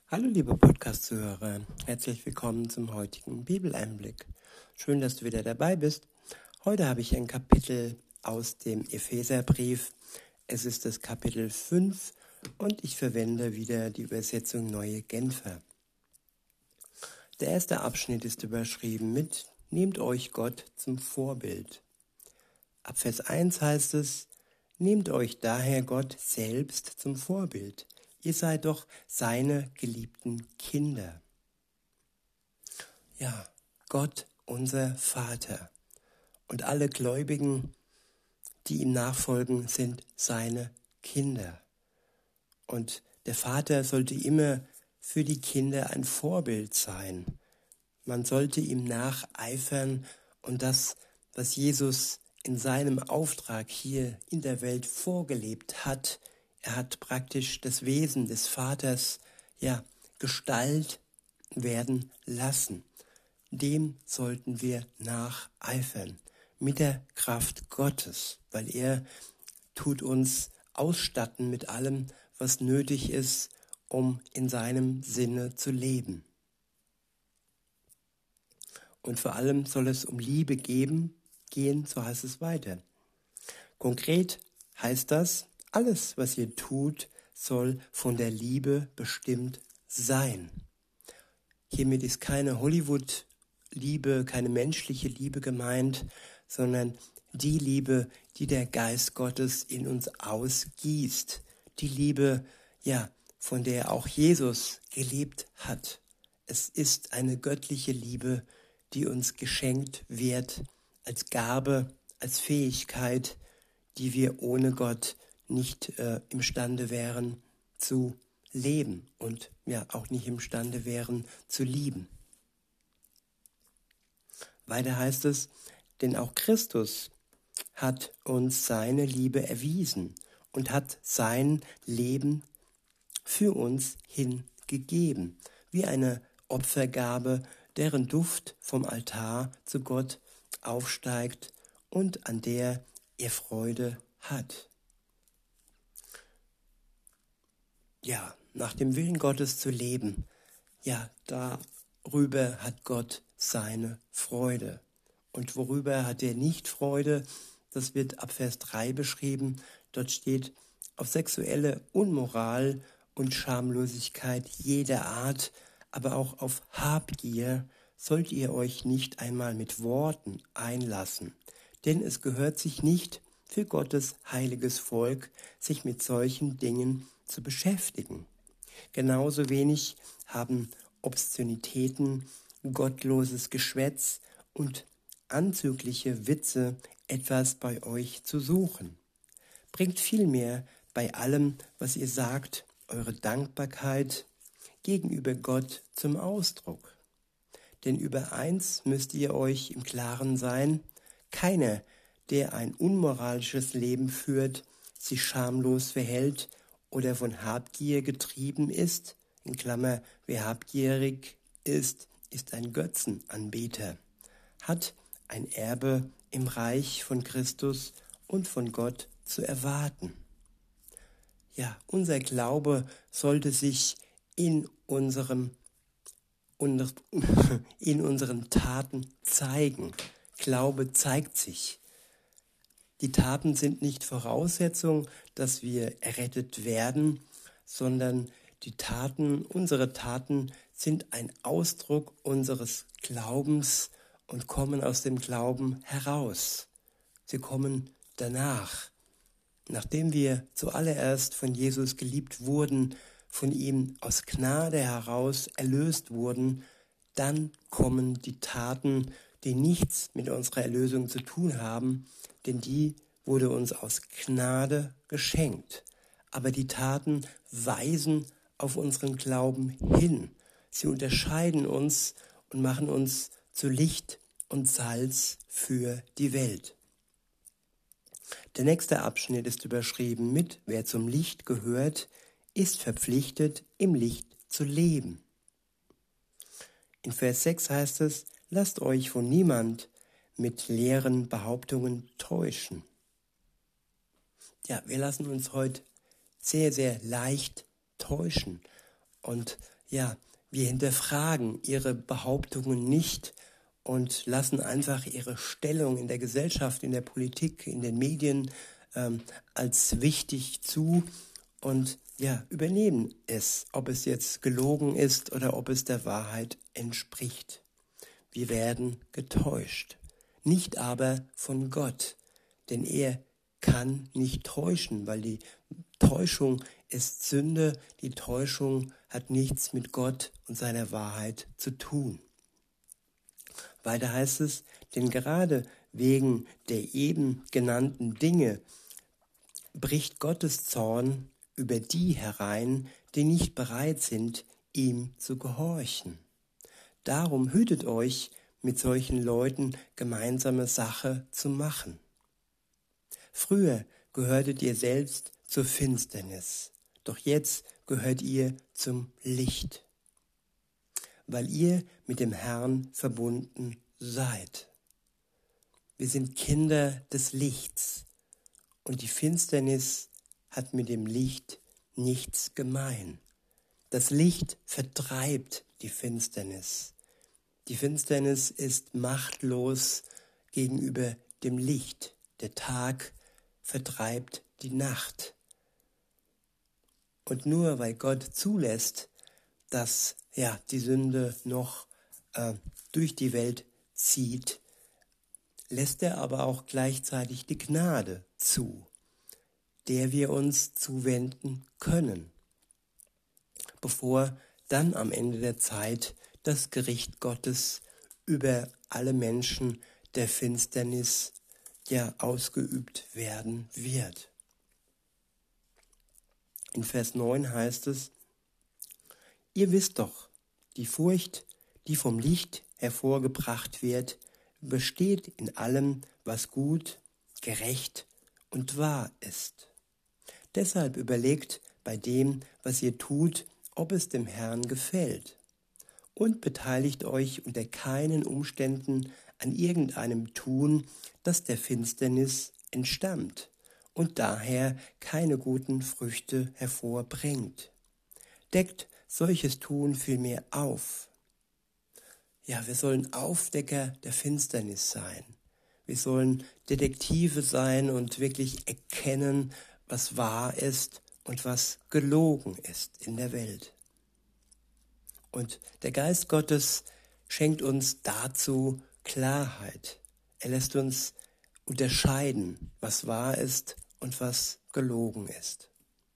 Hallo liebe Podcast-Zuhörer, herzlich willkommen zum heutigen Bibeleinblick. Schön, dass du wieder dabei bist. Heute habe ich ein Kapitel aus dem Epheserbrief. Es ist das Kapitel 5 und ich verwende wieder die Übersetzung Neue Genfer. Der erste Abschnitt ist überschrieben mit Nehmt euch Gott zum Vorbild. Ab Vers 1 heißt es, Nehmt euch daher Gott selbst zum Vorbild. Ihr seid doch seine geliebten Kinder. Ja, Gott, unser Vater. Und alle Gläubigen, die ihm nachfolgen, sind seine Kinder. Und der Vater sollte immer für die Kinder ein Vorbild sein. Man sollte ihm nacheifern und das, was Jesus in seinem Auftrag hier in der Welt vorgelebt hat, er hat praktisch das Wesen des Vaters, Gestalt werden lassen. Dem sollten wir nacheifern mit der Kraft Gottes, weil er tut uns ausstatten mit allem, was nötig ist, um in seinem Sinne zu leben. Und vor allem soll es um Liebe gehen, so heißt es weiter. Konkret heißt das, alles, was ihr tut, soll von der Liebe bestimmt sein. Hiermit ist keine Hollywood-Liebe, keine menschliche Liebe gemeint, sondern die Liebe, die der Geist Gottes in uns ausgießt. Die Liebe, von der auch Jesus gelebt hat. Es ist eine göttliche Liebe, die uns geschenkt wird als Gabe, als Fähigkeit, die wir ohne Gott nicht imstande wären zu leben und auch nicht imstande wären zu lieben. Weiter heißt es, denn auch Christus hat uns seine Liebe erwiesen und hat sein Leben für uns hingegeben, wie eine Opfergabe, deren Duft vom Altar zu Gott aufsteigt und an der er Freude hat. Ja, nach dem Willen Gottes zu leben, darüber hat Gott seine Freude. Und worüber hat er nicht Freude? Das wird ab Vers 3 beschrieben. Dort steht, auf sexuelle Unmoral und Schamlosigkeit jeder Art, aber auch auf Habgier sollt ihr euch nicht einmal mit Worten einlassen. Denn es gehört sich nicht für Gottes heiliges Volk, sich mit solchen Dingen zu beschäftigen. Genauso wenig haben Obszönitäten, gottloses Geschwätz und anzügliche Witze etwas bei euch zu suchen. Bringt vielmehr bei allem, was ihr sagt, eure Dankbarkeit gegenüber Gott zum Ausdruck. Denn über eins müsst ihr euch im Klaren sein, keiner, der ein unmoralisches Leben führt, sich schamlos verhält oder von Habgier getrieben ist, in Klammer, wer habgierig ist, ist ein Götzenanbeter, hat ein Erbe im Reich von Christus und von Gott zu erwarten. Ja, unser Glaube sollte sich in unseren Taten zeigen. Glaube zeigt sich. Die Taten sind nicht Voraussetzung, dass wir errettet werden, sondern unsere Taten sind ein Ausdruck unseres Glaubens und kommen aus dem Glauben heraus. Sie kommen danach. Nachdem wir zuallererst von Jesus geliebt wurden, von ihm aus Gnade heraus erlöst wurden, dann kommen die Taten, die nichts mit unserer Erlösung zu tun haben, denn die wurde uns aus Gnade geschenkt. Aber die Taten weisen auf unseren Glauben hin. Sie unterscheiden uns und machen uns zu Licht und Salz für die Welt. Der nächste Abschnitt ist überschrieben mit, wer zum Licht gehört, ist verpflichtet, im Licht zu leben. In Vers 6 heißt es, lasst euch von niemand mit leeren Behauptungen täuschen. Ja, wir lassen uns heute sehr, sehr leicht täuschen. Und ja, wir hinterfragen ihre Behauptungen nicht und lassen einfach ihre Stellung in der Gesellschaft, in der Politik, in den Medien als wichtig zu und ja, übernehmen es, ob es jetzt gelogen ist oder ob es der Wahrheit entspricht. Wir werden getäuscht, nicht aber von Gott, denn er kann nicht täuschen, weil die Täuschung ist Sünde, die Täuschung hat nichts mit Gott und seiner Wahrheit zu tun. Weiter heißt es, denn gerade wegen der eben genannten Dinge bricht Gottes Zorn über die herein, die nicht bereit sind, ihm zu gehorchen. Darum hütet euch, mit solchen Leuten gemeinsame Sache zu machen. Früher gehörtet ihr selbst zur Finsternis, doch jetzt gehört ihr zum Licht, weil ihr mit dem Herrn verbunden seid. Wir sind Kinder des Lichts und die Finsternis hat mit dem Licht nichts gemein. Das Licht vertreibt die Finsternis. Die Finsternis ist machtlos gegenüber dem Licht. Der Tag vertreibt die Nacht. Und nur weil Gott zulässt, dass die Sünde noch durch die Welt zieht, lässt er aber auch gleichzeitig die Gnade zu, der wir uns zuwenden können, bevor dann am Ende der Zeit das Gericht Gottes über alle Menschen der Finsternis ausgeübt werden wird. In Vers 9 heißt es, ihr wisst doch, die Furcht, die vom Licht hervorgebracht wird, besteht in allem, was gut, gerecht und wahr ist. Deshalb überlegt bei dem, was ihr tut, ob es dem Herrn gefällt. Und beteiligt euch unter keinen Umständen an irgendeinem Tun, das der Finsternis entstammt und daher keine guten Früchte hervorbringt. Deckt solches Tun vielmehr auf. Ja, wir sollen Aufdecker der Finsternis sein. Wir sollen Detektive sein und wirklich erkennen, was wahr ist und was gelogen ist in der Welt. Und der Geist Gottes schenkt uns dazu Klarheit. Er lässt uns unterscheiden, was wahr ist und was gelogen ist.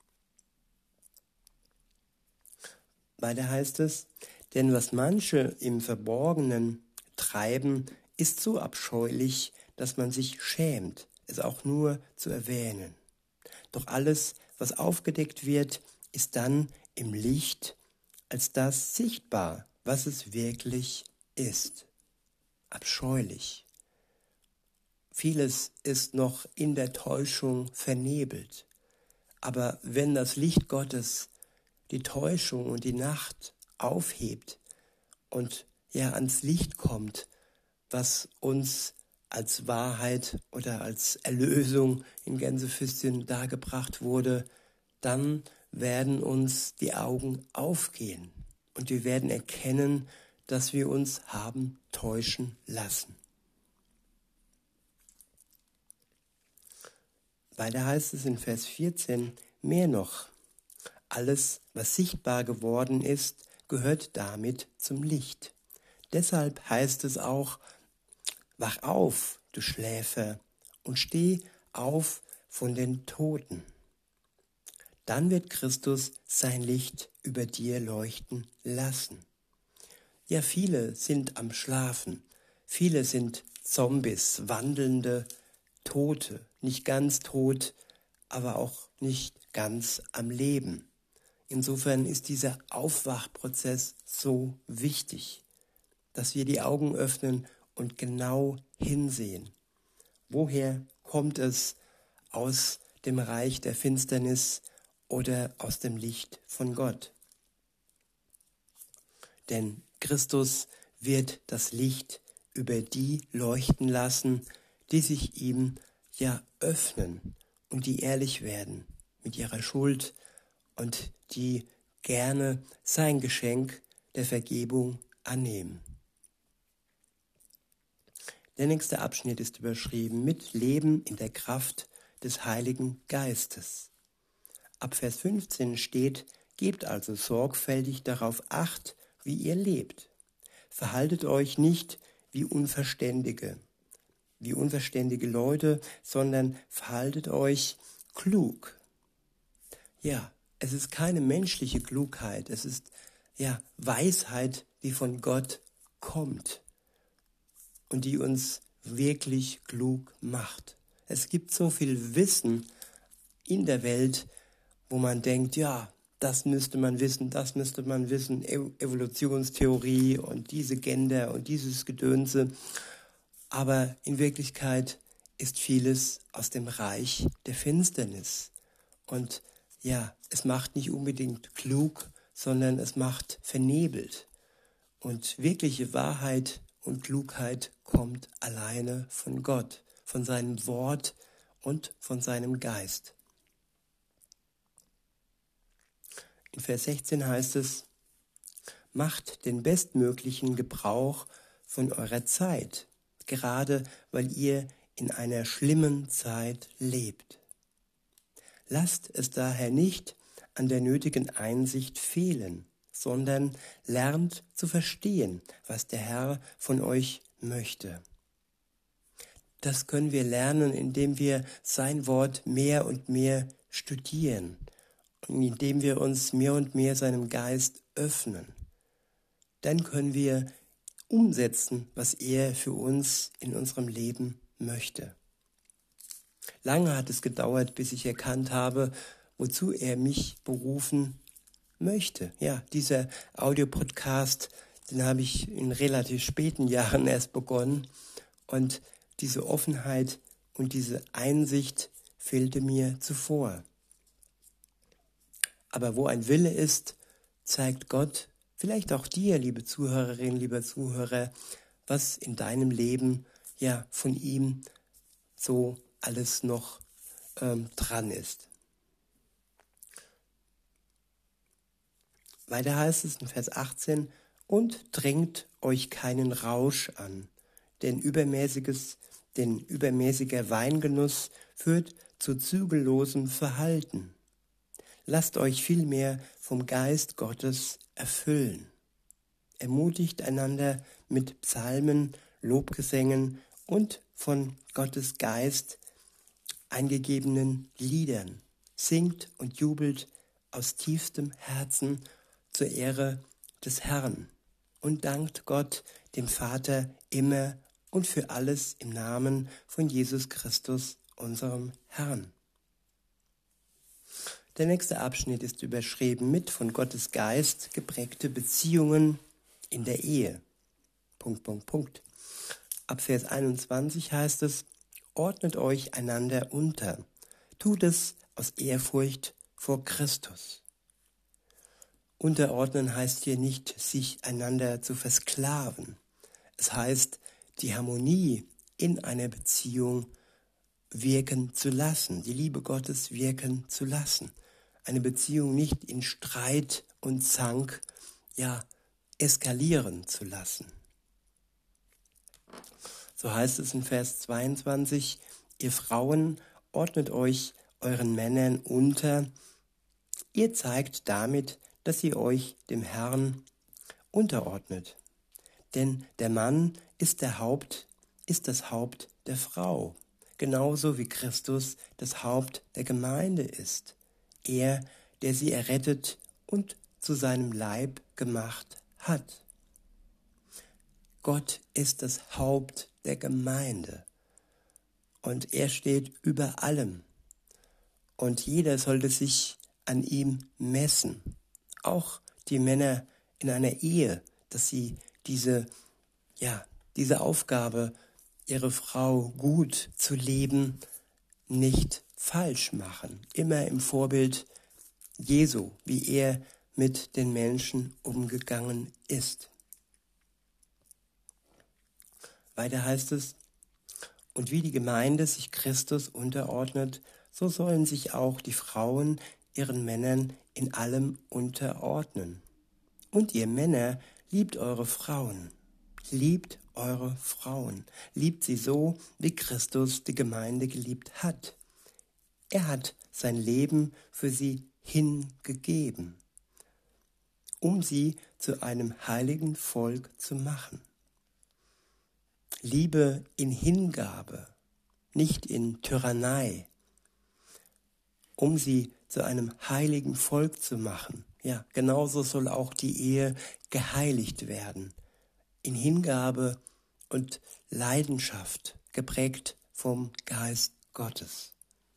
Weiter heißt es, denn was manche im Verborgenen treiben, ist so abscheulich, dass man sich schämt, es auch nur zu erwähnen. Doch alles, was aufgedeckt wird, ist dann im Licht als das sichtbar, was es wirklich ist. Abscheulich. Vieles ist noch in der Täuschung vernebelt. Aber wenn das Licht Gottes die Täuschung und die Nacht aufhebt und ans Licht kommt, was uns als Wahrheit oder als Erlösung in Gänsefüßchen dargebracht wurde, dann werden uns die Augen aufgehen und wir werden erkennen, dass wir uns haben täuschen lassen. Weiter heißt es in Vers 14, mehr noch, alles, was sichtbar geworden ist, gehört damit zum Licht. Deshalb heißt es auch, wach auf, du Schläfer, und steh auf von den Toten. Dann wird Christus sein Licht über dir leuchten lassen. Ja, viele sind am Schlafen, viele sind Zombies, wandelnde Tote, nicht ganz tot, aber auch nicht ganz am Leben. Insofern ist dieser Aufwachprozess so wichtig, dass wir die Augen öffnen und genau hinsehen. Woher kommt es aus dem Reich der Finsternis oder aus dem Licht von Gott? Denn Christus wird das Licht über die leuchten lassen, die sich ihm öffnen und die ehrlich werden mit ihrer Schuld und die gerne sein Geschenk der Vergebung annehmen. Der nächste Abschnitt ist überschrieben mit Leben in der Kraft des Heiligen Geistes. Ab Vers 15 steht: Gebt also sorgfältig darauf Acht, wie ihr lebt. Verhaltet euch nicht wie unverständige Leute, sondern verhaltet euch klug. Ja, es ist keine menschliche Klugheit, es ist Weisheit, die von Gott kommt und die uns wirklich klug macht. Es gibt so viel Wissen in der Welt, wo man denkt, ja, das müsste man wissen, Evolutionstheorie und diese Gender und dieses Gedönse. Aber in Wirklichkeit ist vieles aus dem Reich der Finsternis. Und ja, es macht nicht unbedingt klug, sondern es macht vernebelt. Und wirkliche Wahrheit und Klugheit kommt alleine von Gott, von seinem Wort und von seinem Geist. In Vers 16 heißt es: Macht den bestmöglichen Gebrauch von eurer Zeit, gerade weil ihr in einer schlimmen Zeit lebt. Lasst es daher nicht an der nötigen Einsicht fehlen, sondern lernt zu verstehen, was der Herr von euch möchte. Das können wir lernen, indem wir sein Wort mehr und mehr studieren und indem wir uns mehr und mehr seinem Geist öffnen. Dann können wir umsetzen, was er für uns in unserem Leben möchte. Lange hat es gedauert, bis ich erkannt habe, wozu er mich berufen möchte. Ja, dieser Audiopodcast, den habe ich in relativ späten Jahren erst begonnen und diese Offenheit und diese Einsicht fehlte mir zuvor. Aber wo ein Wille ist, zeigt Gott vielleicht auch dir, liebe Zuhörerin, lieber Zuhörer, was in deinem Leben von ihm so alles noch dran ist. Weiter heißt es in Vers 18: Und drängt euch keinen Rausch an, denn übermäßiger Weingenuss führt zu zügellosem Verhalten. Lasst euch vielmehr vom Geist Gottes erfüllen. Ermutigt einander mit Psalmen, Lobgesängen und von Gottes Geist eingegebenen Liedern. Singt und jubelt aus tiefstem Herzen zur Ehre des Herrn und dankt Gott, dem Vater, immer und für alles im Namen von Jesus Christus, unserem Herrn. Der nächste Abschnitt ist überschrieben mit von Gottes Geist geprägte Beziehungen in der Ehe. ... Ab Vers 21 heißt es: Ordnet euch einander unter, tut es aus Ehrfurcht vor Christus. Unterordnen heißt hier nicht, sich einander zu versklaven. Es heißt, die Harmonie in einer Beziehung wirken zu lassen, die Liebe Gottes wirken zu lassen. Eine Beziehung nicht in Streit und Zank, eskalieren zu lassen. So heißt es in Vers 22, ihr Frauen, ordnet euch euren Männern unter. Ihr zeigt damit, dass ihr euch dem Herrn unterordnet. Denn der Mann ist das Haupt der Frau, genauso wie Christus das Haupt der Gemeinde ist. Er, der sie errettet und zu seinem Leib gemacht hat. Gott ist das Haupt der Gemeinde und er steht über allem. Und jeder sollte sich an ihm messen. Auch die Männer in einer Ehe, dass sie diese Aufgabe, ihre Frau gut zu leben, nicht falsch machen. Immer im Vorbild Jesu, wie er mit den Menschen umgegangen ist. Weiter heißt es: Und wie die Gemeinde sich Christus unterordnet, so sollen sich auch die Frauen ihren Männern in allem unterordnen. Und ihr Männer, liebt eure Frauen. Liebt eure Frauen. Liebt sie so, wie Christus die Gemeinde geliebt hat. Er hat sein Leben für sie hingegeben, um sie zu einem heiligen Volk zu machen. Liebe in Hingabe, nicht in Tyrannei, um sie zu einem heiligen Volk zu machen. Ja, genauso soll auch die Ehe geheiligt werden. In Hingabe und Leidenschaft, geprägt vom Geist Gottes.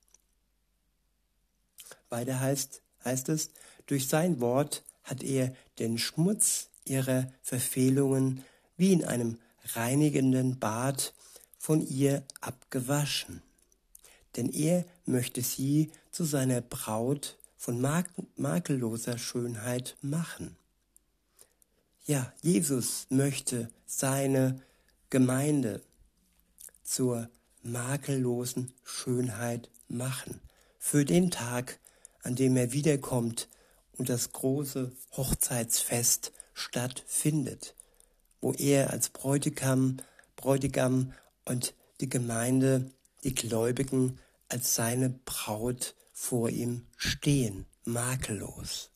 Weiter heißt es, durch sein Wort hat er den Schmutz ihrer Verfehlungen wie in einem reinigenden Bad von ihr abgewaschen. Denn er möchte sie zu seiner Braut von makelloser Schönheit machen. Ja, Jesus möchte seine Gemeinde zur makellosen Schönheit machen. Für den Tag, an dem er wiederkommt und das große Hochzeitsfest stattfindet, wo er als Bräutigam und die Gemeinde, die Gläubigen, als seine Braut vor ihm stehen, makellos.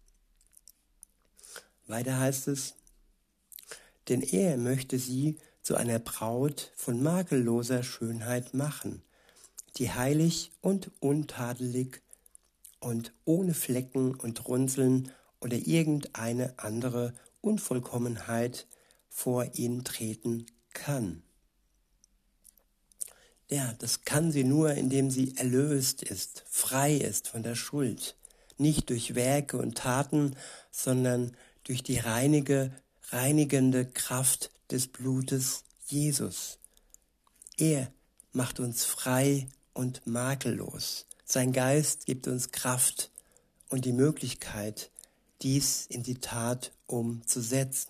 Weiter heißt es, denn er möchte sie zu einer Braut von makelloser Schönheit machen, die heilig und untadelig und ohne Flecken und Runzeln oder irgendeine andere Unvollkommenheit vor ihn treten kann. Ja, das kann sie nur, indem sie erlöst ist, frei ist von der Schuld. Nicht durch Werke und Taten, sondern durch die reinigende Kraft des Blutes Jesus. Er macht uns frei und makellos. Sein Geist gibt uns Kraft und die Möglichkeit, dies in die Tat umzusetzen.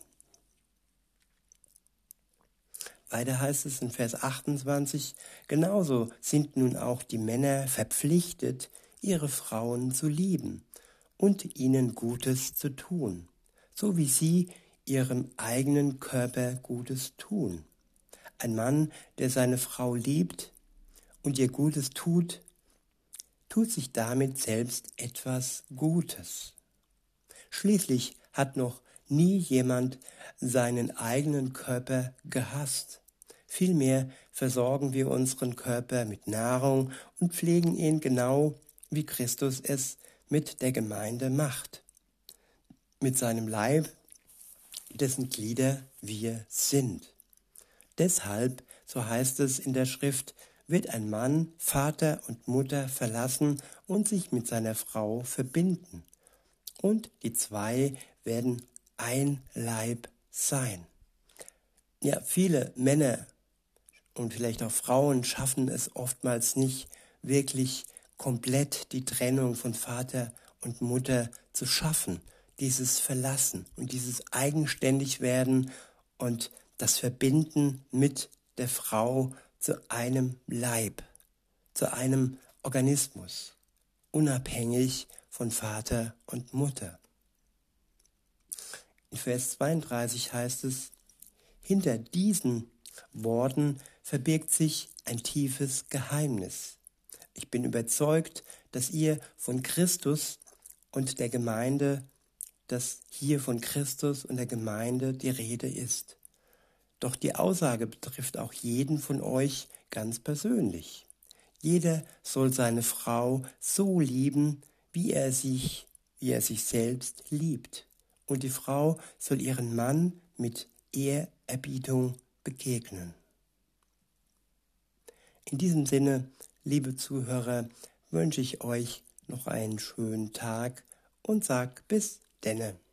Weiter heißt es in Vers 28, genauso sind nun auch die Männer verpflichtet, ihre Frauen zu lieben und ihnen Gutes zu tun, so wie sie ihrem eigenen Körper Gutes tun. Ein Mann, der seine Frau liebt und ihr Gutes tut, tut sich damit selbst etwas Gutes. Schließlich hat noch nie jemand seinen eigenen Körper gehasst. Vielmehr versorgen wir unseren Körper mit Nahrung und pflegen ihn genau, wie Christus es mit der Gemeinde macht. Mit seinem Leib, dessen Glieder wir sind. Deshalb, so heißt es in der Schrift, wird ein Mann Vater und Mutter verlassen und sich mit seiner Frau verbinden. Und die zwei werden ein Leib sein. Ja, viele Männer und vielleicht auch Frauen schaffen es oftmals nicht, wirklich komplett die Trennung von Vater und Mutter zu schaffen. Dieses Verlassen und dieses Eigenständigwerden und das Verbinden mit der Frau zu einem Leib, zu einem Organismus, unabhängig von Vater und Mutter. In Vers 32 heißt es, hinter diesen Worten verbirgt sich ein tiefes Geheimnis. Ich bin überzeugt, dass ihr von Christus und der Gemeinde, dass hier von Christus und der Gemeinde die Rede ist. Doch die Aussage betrifft auch jeden von euch ganz persönlich. Jeder soll seine Frau so lieben, wie er sich selbst liebt. Und die Frau soll ihren Mann mit Ehrerbietung begegnen. In diesem Sinne, liebe Zuhörer, wünsche ich euch noch einen schönen Tag und sag bis denne.